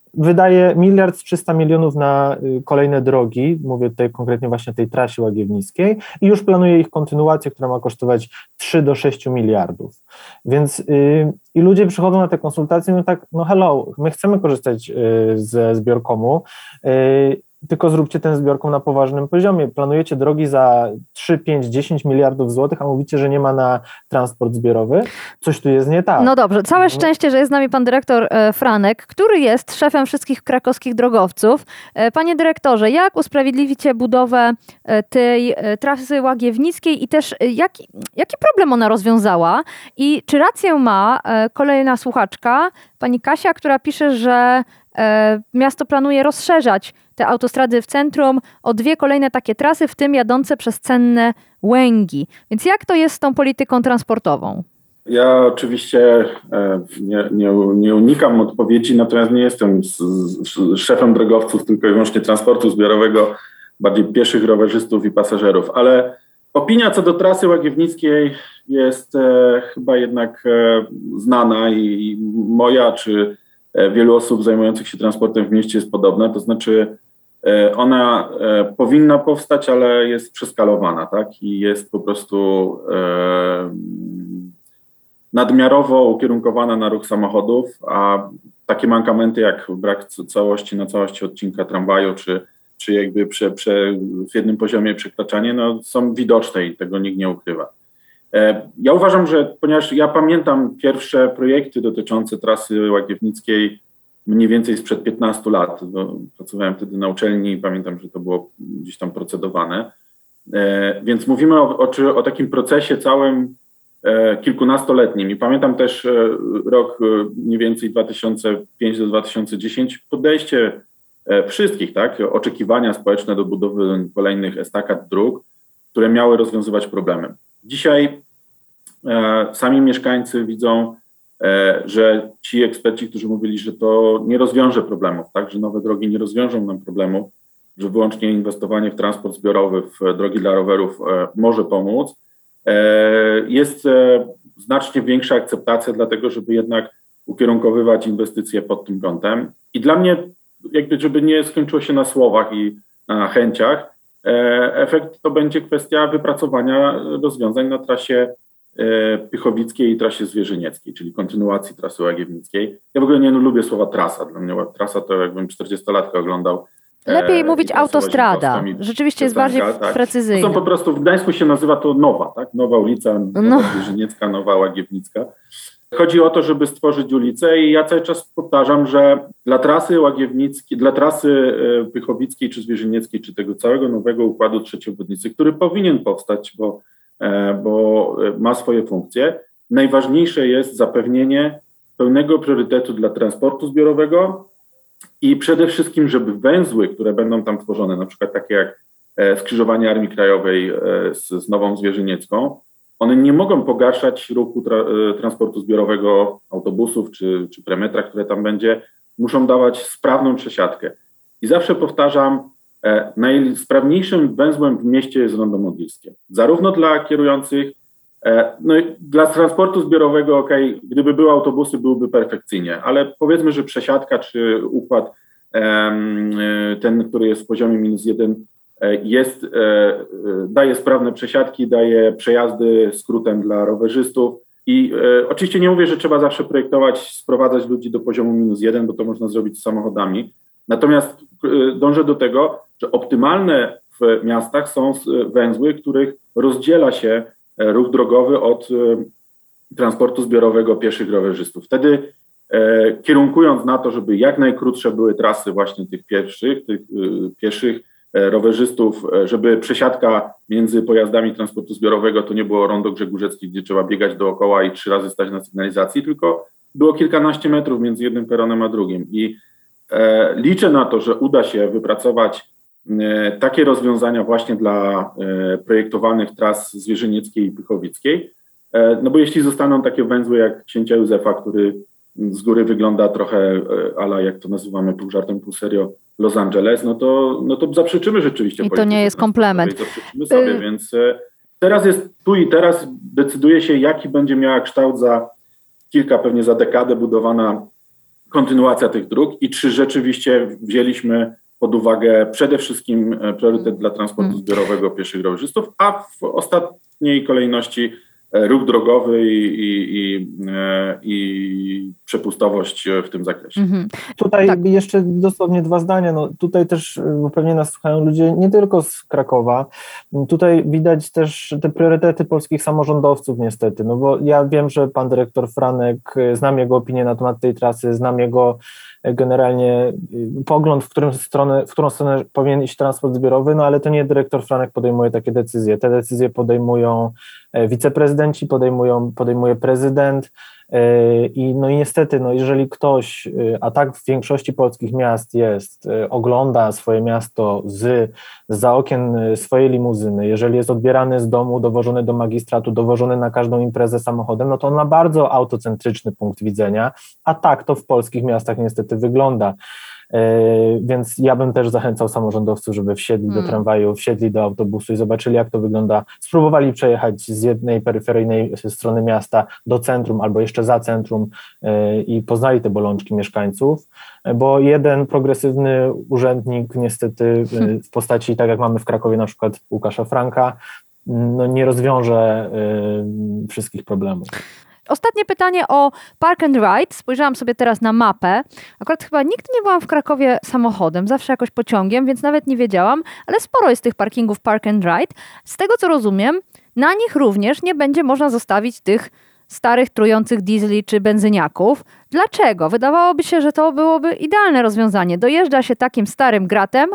S3: wydaje miliard trzysta milionów na kolejne drogi, mówię tutaj konkretnie właśnie o tej trasie łagiewnickiej i już planuje ich kontynuację, która ma kosztować trzy do sześciu miliardów. Więc yy, i ludzie przychodzą na te konsultacje i mówią tak, no hello, my chcemy korzystać yy, ze zbiorkomu, yy, tylko zróbcie ten zbiorką na poważnym poziomie. Planujecie drogi za trzy, pięć, dziesięć miliardów złotych, a mówicie, że nie ma na transport zbiorowy? Coś tu jest nie tak.
S1: No dobrze, całe szczęście, że jest z nami pan dyrektor Franek, który jest szefem wszystkich krakowskich drogowców. Panie dyrektorze, jak usprawiedliwicie budowę tej trasy łagiewnickiej i też jaki, jaki problem ona rozwiązała? I czy rację ma kolejna słuchaczka, pani Kasia, która pisze, że miasto planuje rozszerzać te autostrady w centrum o dwie kolejne takie trasy, w tym jadące przez cenne Łęgi. Więc jak to jest z tą polityką transportową?
S2: Ja oczywiście nie, nie, nie unikam odpowiedzi, natomiast nie jestem z, z szefem drogowców, tylko i wyłącznie transportu zbiorowego, bardziej pieszych, rowerzystów i pasażerów. Ale opinia co do trasy łagiewnickiej jest e, chyba jednak e, znana i moja, czy wielu osób zajmujących się transportem w mieście jest podobna, to znaczy ona powinna powstać, ale jest przeskalowana, tak? I jest po prostu nadmiarowo ukierunkowana na ruch samochodów, a takie mankamenty jak brak całości na całości odcinka tramwaju, czy, czy jakby prze, prze, w jednym poziomie przekraczanie, no, są widoczne i tego nikt nie ukrywa. Ja uważam, że ponieważ ja pamiętam pierwsze projekty dotyczące trasy łagiewnickiej mniej więcej sprzed piętnastu lat, bo pracowałem wtedy na uczelni i pamiętam, że to było gdzieś tam procedowane, więc mówimy o, o, o takim procesie całym kilkunastoletnim i pamiętam też rok mniej więcej dwa tysiące piąty do dwa tysiące dziesiątego, podejście wszystkich, tak, oczekiwania społeczne do budowy kolejnych estakad dróg, które miały rozwiązywać problemy. Dzisiaj e, sami mieszkańcy widzą, e, że ci eksperci, którzy mówili, że to nie rozwiąże problemów, tak, że nowe drogi nie rozwiążą nam problemów, że wyłącznie inwestowanie w transport zbiorowy, w drogi dla rowerów e, może pomóc, e, jest e, znacznie większa akceptacja dlatego, żeby jednak ukierunkowywać inwestycje pod tym kątem. I dla mnie, jakby żeby nie skończyło się na słowach i na chęciach, efekt to będzie kwestia wypracowania rozwiązań na trasie pychowickiej i trasie zwierzynieckiej, czyli kontynuacji trasy łagiewnickiej. Ja w ogóle nie lubię słowa trasa. Dla mnie trasa to jakbym czterdziestolatka oglądał.
S1: Lepiej mówić autostrada. Rzeczywiście jest bardziej
S2: tak.
S1: precyzyjne.
S2: To są po prostu, w Gdańsku się nazywa to Nowa, tak? Nowa ulica, Nowa no. Zwierzyniecka, Nowa Łagiewnicka. Chodzi o to, żeby stworzyć ulicę i ja cały czas powtarzam, że dla trasy łagiewnickiej, dla trasy pychowickiej czy zwierzynieckiej, czy tego całego nowego układu trzeciej obwodnicy, który powinien powstać, bo, bo ma swoje funkcje, najważniejsze jest zapewnienie pełnego priorytetu dla transportu zbiorowego i przede wszystkim, żeby węzły, które będą tam tworzone, na przykład takie jak skrzyżowanie Armii Krajowej z, z Nową Zwierzyniecką, one nie mogą pogarszać ruchu tra- transportu zbiorowego, autobusów czy, czy premetra, które tam będzie, muszą dawać sprawną przesiadkę. I zawsze powtarzam, e, najsprawniejszym węzłem w mieście jest rondo modlskie. Zarówno dla kierujących, e, no i dla transportu zbiorowego, okej, okay, gdyby były autobusy, byłby perfekcyjnie, ale powiedzmy, że przesiadka czy układ e, ten, który jest w poziomie minus jeden, Jest, daje sprawne przesiadki, daje przejazdy skrótem dla rowerzystów i e, oczywiście nie mówię, że trzeba zawsze projektować, sprowadzać ludzi do poziomu minus jeden, bo to można zrobić z samochodami. Natomiast e, dążę do tego, że optymalne w miastach są węzły, których rozdziela się ruch drogowy od e, transportu zbiorowego pieszych rowerzystów. Wtedy e, kierunkując na to, żeby jak najkrótsze były trasy właśnie tych pieszych, tych e, pieszych rowerzystów, żeby przesiadka między pojazdami transportu zbiorowego to nie było rondo Grzegórzeckie, gdzie trzeba biegać dookoła i trzy razy stać na sygnalizacji, tylko było kilkanaście metrów między jednym peronem a drugim. I e, liczę na to, że uda się wypracować e, takie rozwiązania właśnie dla e, projektowanych tras zwierzynieckiej i pychowickiej, e, no bo jeśli zostaną takie węzły jak Księcia Józefa, który z góry wygląda trochę ala, jak to nazywamy pół żartem, pół serio, Los Angeles, no to, no to zaprzeczymy rzeczywiście.
S1: I to nie jest komplement.
S2: Zaprzeczymy sobie, y- więc teraz jest tu i teraz decyduje się, jaki będzie miała kształt za kilka, pewnie za dekadę budowana kontynuacja tych dróg i czy rzeczywiście wzięliśmy pod uwagę przede wszystkim priorytet dla transportu zbiorowego pieszych rowerzystów, a w ostatniej kolejności ruch drogowy i, i, i, i przepustowość w tym zakresie. Mhm.
S3: Tutaj tak. Jeszcze dosłownie dwa zdania. No, tutaj też, bo pewnie nas słuchają ludzie nie tylko z Krakowa, tutaj widać też te priorytety polskich samorządowców niestety, no bo ja wiem, że pan dyrektor Franek, znam jego opinię na temat tej trasy, znam jego generalnie pogląd, w, którym stronę, w którą stronę powinien iść transport zbiorowy, no ale to nie dyrektor Franek podejmuje takie decyzje. Te decyzje podejmują wiceprezydenci, podejmują, podejmuje prezydent i no i niestety, no jeżeli ktoś, a tak w większości polskich miast jest, ogląda swoje miasto z za okien swojej limuzyny, jeżeli jest odbierany z domu, dowożony do magistratu, dowożony na każdą imprezę samochodem, no to on ma bardzo autocentryczny punkt widzenia, a tak to w polskich miastach niestety wygląda. Więc ja bym też zachęcał samorządowców, żeby wsiedli hmm. do tramwaju, wsiedli do autobusu i zobaczyli, jak to wygląda. Spróbowali przejechać z jednej peryferyjnej strony miasta do centrum albo jeszcze za centrum i poznali te bolączki mieszkańców, bo jeden progresywny urzędnik niestety w postaci, tak jak mamy w Krakowie na przykład Łukasza Franka, no nie rozwiąże wszystkich problemów.
S1: Ostatnie pytanie o Park and Ride. Spojrzałam sobie teraz na mapę. Akurat chyba nigdy nie byłam w Krakowie samochodem, zawsze jakoś pociągiem, więc nawet nie wiedziałam, ale sporo jest tych parkingów Park and Ride. Z tego co rozumiem, na nich również nie będzie można zostawić tych starych, trujących diesli czy benzyniaków. Dlaczego? Wydawałoby się, że to byłoby idealne rozwiązanie. Dojeżdża się takim starym gratem,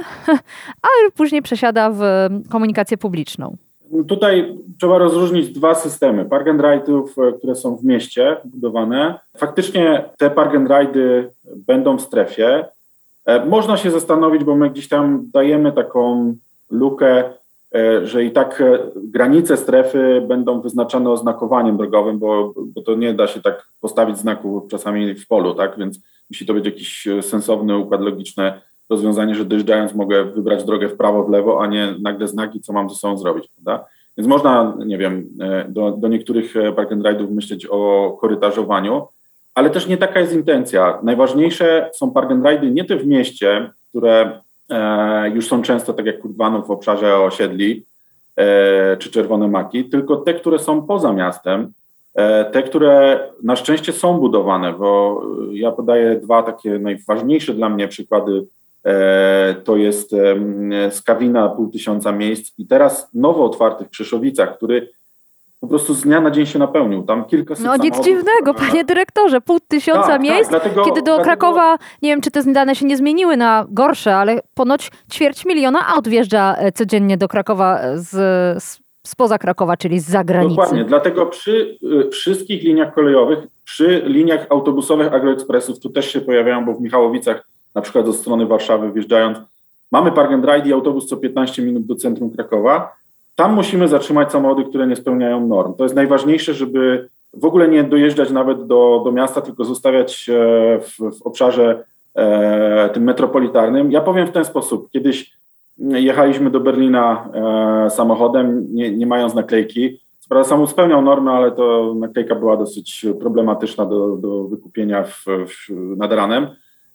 S1: a później przesiada w komunikację publiczną.
S2: Tutaj trzeba rozróżnić dwa systemy park and ride'ów, które są w mieście budowane. Faktycznie te park and ride'y będą w strefie. Można się zastanowić, bo my gdzieś tam dajemy taką lukę, że i tak granice strefy będą wyznaczane oznakowaniem drogowym, bo, bo to nie da się tak postawić znaku czasami w polu, tak? Więc musi to być jakiś sensowny układ logiczny, rozwiązanie, że dojeżdżając mogę wybrać drogę w prawo, w lewo, a nie nagle znaki, co mam ze sobą zrobić, prawda? Więc można, nie wiem, do, do niektórych park and ride'ów myśleć o korytarzowaniu, ale też nie taka jest intencja. Najważniejsze są park and ride'y nie te w mieście, które e, już są często, tak jak Kurdwanów w obszarze osiedli e, czy Czerwone Maki, tylko te, które są poza miastem, e, te, które na szczęście są budowane, bo ja podaję dwa takie najważniejsze dla mnie przykłady. To jest Skawina, pół tysiąca miejsc i teraz nowo otwarty w Krzeszowicach, który po prostu z dnia na dzień się napełnił. Tam kilkaset
S1: No nic dziwnego, panie dyrektorze, pół tysiąca tak, miejsc, tak, dlatego, kiedy do dlatego... Krakowa, nie wiem, czy te dane się nie zmieniły na gorsze, ale ponoć ćwierć miliona aut wjeżdża codziennie do Krakowa z, z, spoza Krakowa, czyli z zagranicy.
S2: Dokładnie, dlatego przy y, wszystkich liniach kolejowych, przy liniach autobusowych Agroekspresów, tu też się pojawiają, bo w Michałowicach na przykład ze strony Warszawy wjeżdżając, mamy park and ride i autobus co piętnaście minut do centrum Krakowa. Tam musimy zatrzymać samochody, które nie spełniają norm. To jest najważniejsze, żeby w ogóle nie dojeżdżać nawet do, do miasta, tylko zostawiać w, w obszarze e, tym metropolitarnym. Ja powiem w ten sposób. Kiedyś jechaliśmy do Berlina e, samochodem, nie, nie mając naklejki. Co prawda samochód spełniał normy, ale to naklejka była dosyć problematyczna do, do wykupienia w, w, nad ranem.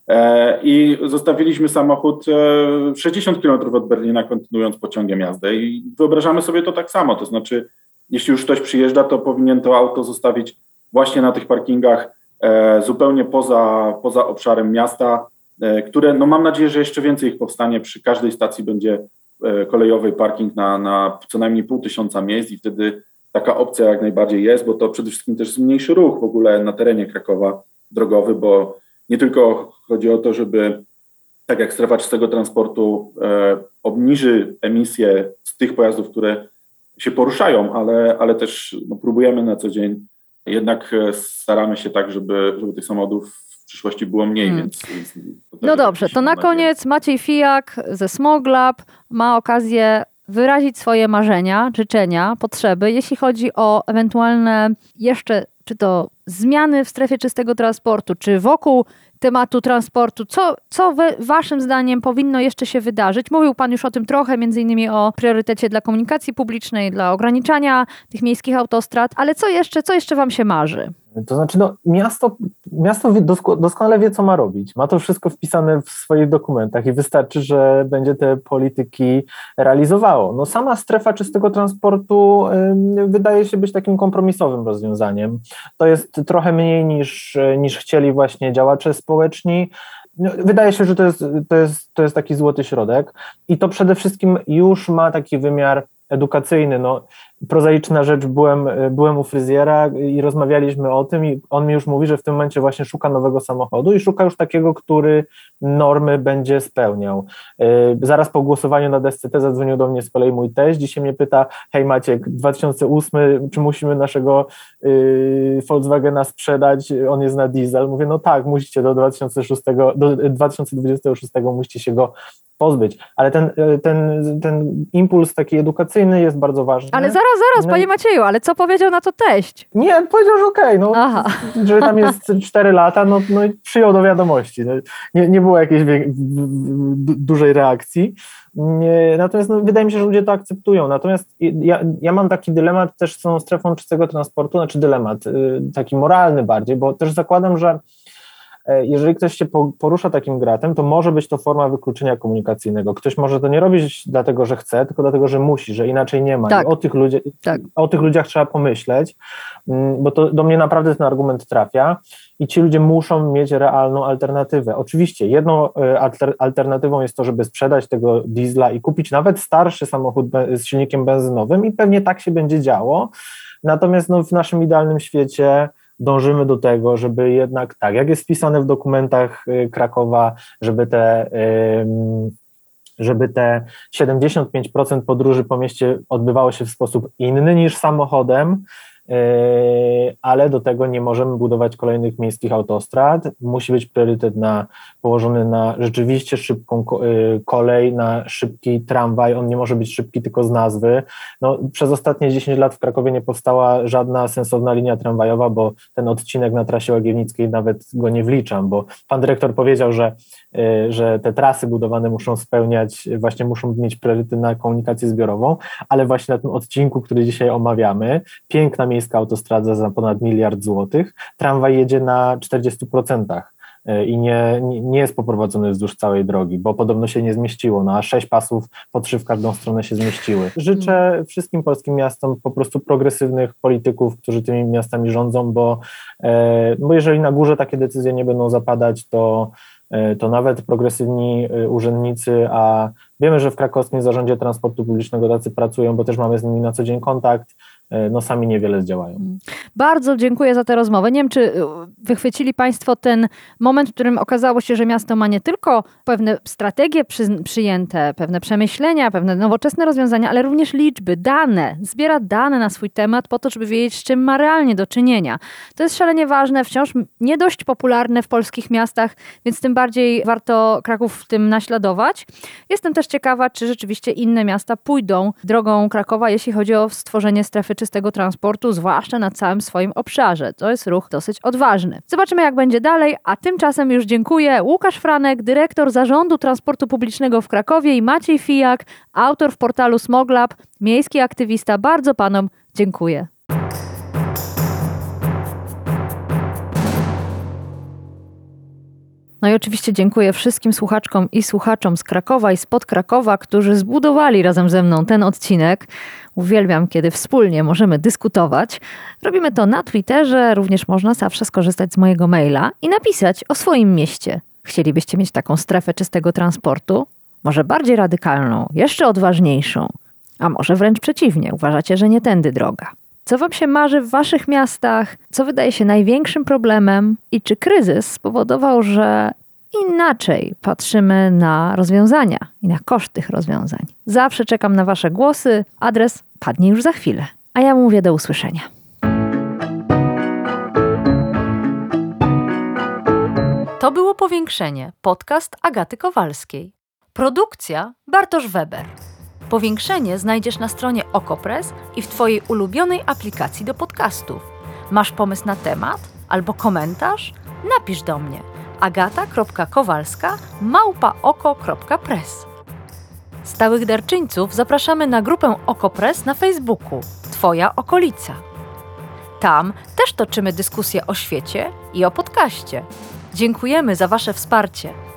S2: I zostawiliśmy samochód sześćdziesiąt kilometrów od Berlina, kontynuując pociągiem jazdę. I wyobrażamy sobie to tak samo. To znaczy, jeśli już ktoś przyjeżdża, to powinien to auto zostawić właśnie na tych parkingach zupełnie poza, poza obszarem miasta, które, no mam nadzieję, że jeszcze więcej ich powstanie. Przy każdej stacji będzie kolejowy parking na, na co najmniej pół tysiąca miejsc i wtedy taka opcja jak najbardziej jest, bo to przede wszystkim też zmniejszy ruch w ogóle na terenie Krakowa drogowy, bo nie tylko chodzi o to, żeby, tak jak strefa czystego transportu, e, obniży emisje z tych pojazdów, które się poruszają, ale, ale też no, próbujemy na co dzień, jednak staramy się tak, żeby, żeby tych samochodów w przyszłości było mniej. Hmm. Więc, więc
S1: no dobrze, to na koniec Maciej Fijak ze Smoglab ma okazję wyrazić swoje marzenia, życzenia, potrzeby, jeśli chodzi o ewentualne jeszcze, czy to zmiany w strefie czystego transportu, czy wokół tematu transportu, co, co we, waszym zdaniem powinno jeszcze się wydarzyć? Mówił pan już o tym trochę, między innymi o priorytecie dla komunikacji publicznej, dla ograniczania tych miejskich autostrad, ale co jeszcze, co jeszcze wam się marzy?
S3: To znaczy, no, miasto, miasto doskonale wie, co ma robić. Ma to wszystko wpisane w swoich dokumentach i wystarczy, że będzie te polityki realizowało. No, sama strefa czystego transportu y, wydaje się być takim kompromisowym rozwiązaniem. To jest trochę mniej niż, niż chcieli właśnie działacze społeczni. No, wydaje się, że to jest, to, jest, to jest taki złoty środek i to przede wszystkim już ma taki wymiar edukacyjny. No, prozaiczna rzecz, byłem, byłem u fryzjera i rozmawialiśmy o tym i on mi już mówi, że w tym momencie właśnie szuka nowego samochodu i szuka już takiego, który normy będzie spełniał. Yy, zaraz po głosowaniu na D S C T zadzwonił do mnie z kolei mój teść, dzisiaj mnie pyta: hej Maciek, dwa tysiące ósmy, czy musimy naszego yy, Volkswagena sprzedać, on jest na diesel? Mówię, no tak, musicie do dwa tysiące szóstego, do dwa tysiące dwudziestego szóstego musicie się go pozbyć, ale ten, ten, ten impuls taki edukacyjny jest bardzo ważny.
S1: Ale zaraz, zaraz,
S3: no
S1: panie Macieju, ale co powiedział na to teść?
S3: Nie, powiedział, że okej, okay, no, że tam jest cztery lata, no, no i przyjął do wiadomości. No, nie, nie było jakiejś wie, dużej reakcji. Nie, natomiast no, wydaje mi się, że ludzie to akceptują. Natomiast ja, ja mam taki dylemat też z tą strefą czystego transportu, znaczy dylemat y, taki moralny bardziej, bo też zakładam, że jeżeli ktoś się porusza takim gratem, to może być to forma wykluczenia komunikacyjnego. Ktoś może to nie robić dlatego, że chce, tylko dlatego, że musi, że inaczej nie ma.
S1: Tak.
S3: I o tych, ludzie,
S1: tak.
S3: o tych ludziach trzeba pomyśleć, bo to do mnie naprawdę ten argument trafia i ci ludzie muszą mieć realną alternatywę. Oczywiście jedną alternatywą jest to, żeby sprzedać tego diesla i kupić nawet starszy samochód z silnikiem benzynowym i pewnie tak się będzie działo. Natomiast no, w naszym idealnym świecie dążymy do tego, żeby jednak, tak jak jest wpisane w dokumentach Krakowa, żeby te, żeby te siedemdziesiąt pięć procent podróży po mieście odbywało się w sposób inny niż samochodem, ale do tego nie możemy budować kolejnych miejskich autostrad. Musi być priorytet na, położony na rzeczywiście szybką kolej, na szybki tramwaj. On nie może być szybki tylko z nazwy. No, przez ostatnie dziesięć lat w Krakowie nie powstała żadna sensowna linia tramwajowa, bo ten odcinek na trasie Łagiewnickiej nawet go nie wliczam, bo pan dyrektor powiedział, że, że te trasy budowane muszą spełniać, właśnie muszą mieć priorytet na komunikację zbiorową, ale właśnie na tym odcinku, który dzisiaj omawiamy, piękna miejska autostrada za ponad miliard złotych, tramwaj jedzie na czterdziestu procentach i nie, nie jest poprowadzony wzdłuż całej drogi, bo podobno się nie zmieściło, no a sześć pasów po trzy w każdą stronę się zmieściły. Życzę wszystkim polskim miastom po prostu progresywnych polityków, którzy tymi miastami rządzą, bo, bo jeżeli na górze takie decyzje nie będą zapadać, to to nawet progresywni urzędnicy, a wiemy, że w krakowskim zarządzie transportu publicznego tacy pracują, bo też mamy z nimi na co dzień kontakt, no sami niewiele zdziałają.
S1: Bardzo dziękuję za tę rozmowę. Nie wiem, czy wychwycili Państwo ten moment, w którym okazało się, że miasto ma nie tylko pewne strategie przy, przyjęte, pewne przemyślenia, pewne nowoczesne rozwiązania, ale również liczby, dane. Zbiera dane na swój temat po to, żeby wiedzieć, z czym ma realnie do czynienia. To jest szalenie ważne, wciąż nie dość popularne w polskich miastach, więc tym bardziej warto Kraków w tym naśladować. Jestem też ciekawa, czy rzeczywiście inne miasta pójdą drogą Krakowa, jeśli chodzi o stworzenie strefy czystego transportu, zwłaszcza na całym swoim obszarze. To jest ruch dosyć odważny. Zobaczymy, jak będzie dalej, a tymczasem już dziękuję. Łukasz Franek, dyrektor Zarządu Transportu Publicznego w Krakowie, i Maciej Fijak, autor w portalu Smoglab, miejski aktywista. Bardzo panom dziękuję. No i oczywiście dziękuję wszystkim słuchaczkom i słuchaczom z Krakowa i spod Krakowa, którzy zbudowali razem ze mną ten odcinek. Uwielbiam, kiedy wspólnie możemy dyskutować. Robimy to na Twitterze, również można zawsze skorzystać z mojego maila i napisać o swoim mieście. Chcielibyście mieć taką strefę czystego transportu? Może bardziej radykalną, jeszcze odważniejszą? A może wręcz przeciwnie, uważacie, że nie tędy droga? Co wam się marzy w waszych miastach? Co wydaje się największym problemem? I czy kryzys spowodował, że inaczej patrzymy na rozwiązania i na koszt tych rozwiązań? Zawsze czekam na wasze głosy. Adres padnie już za chwilę. A ja mówię do usłyszenia. To było Powiększenie, podcast Agaty Kowalskiej. Produkcja Bartosz Weber. Powiększenie znajdziesz na stronie Okopres i w twojej ulubionej aplikacji do podcastów. Masz pomysł na temat albo komentarz? Napisz do mnie agata kropka kowalska małpa oko kropka press. Stałych darczyńców zapraszamy na grupę Okopres na Facebooku. Twoja okolica. Tam też toczymy dyskusje o świecie i o podcaście. Dziękujemy za Wasze wsparcie.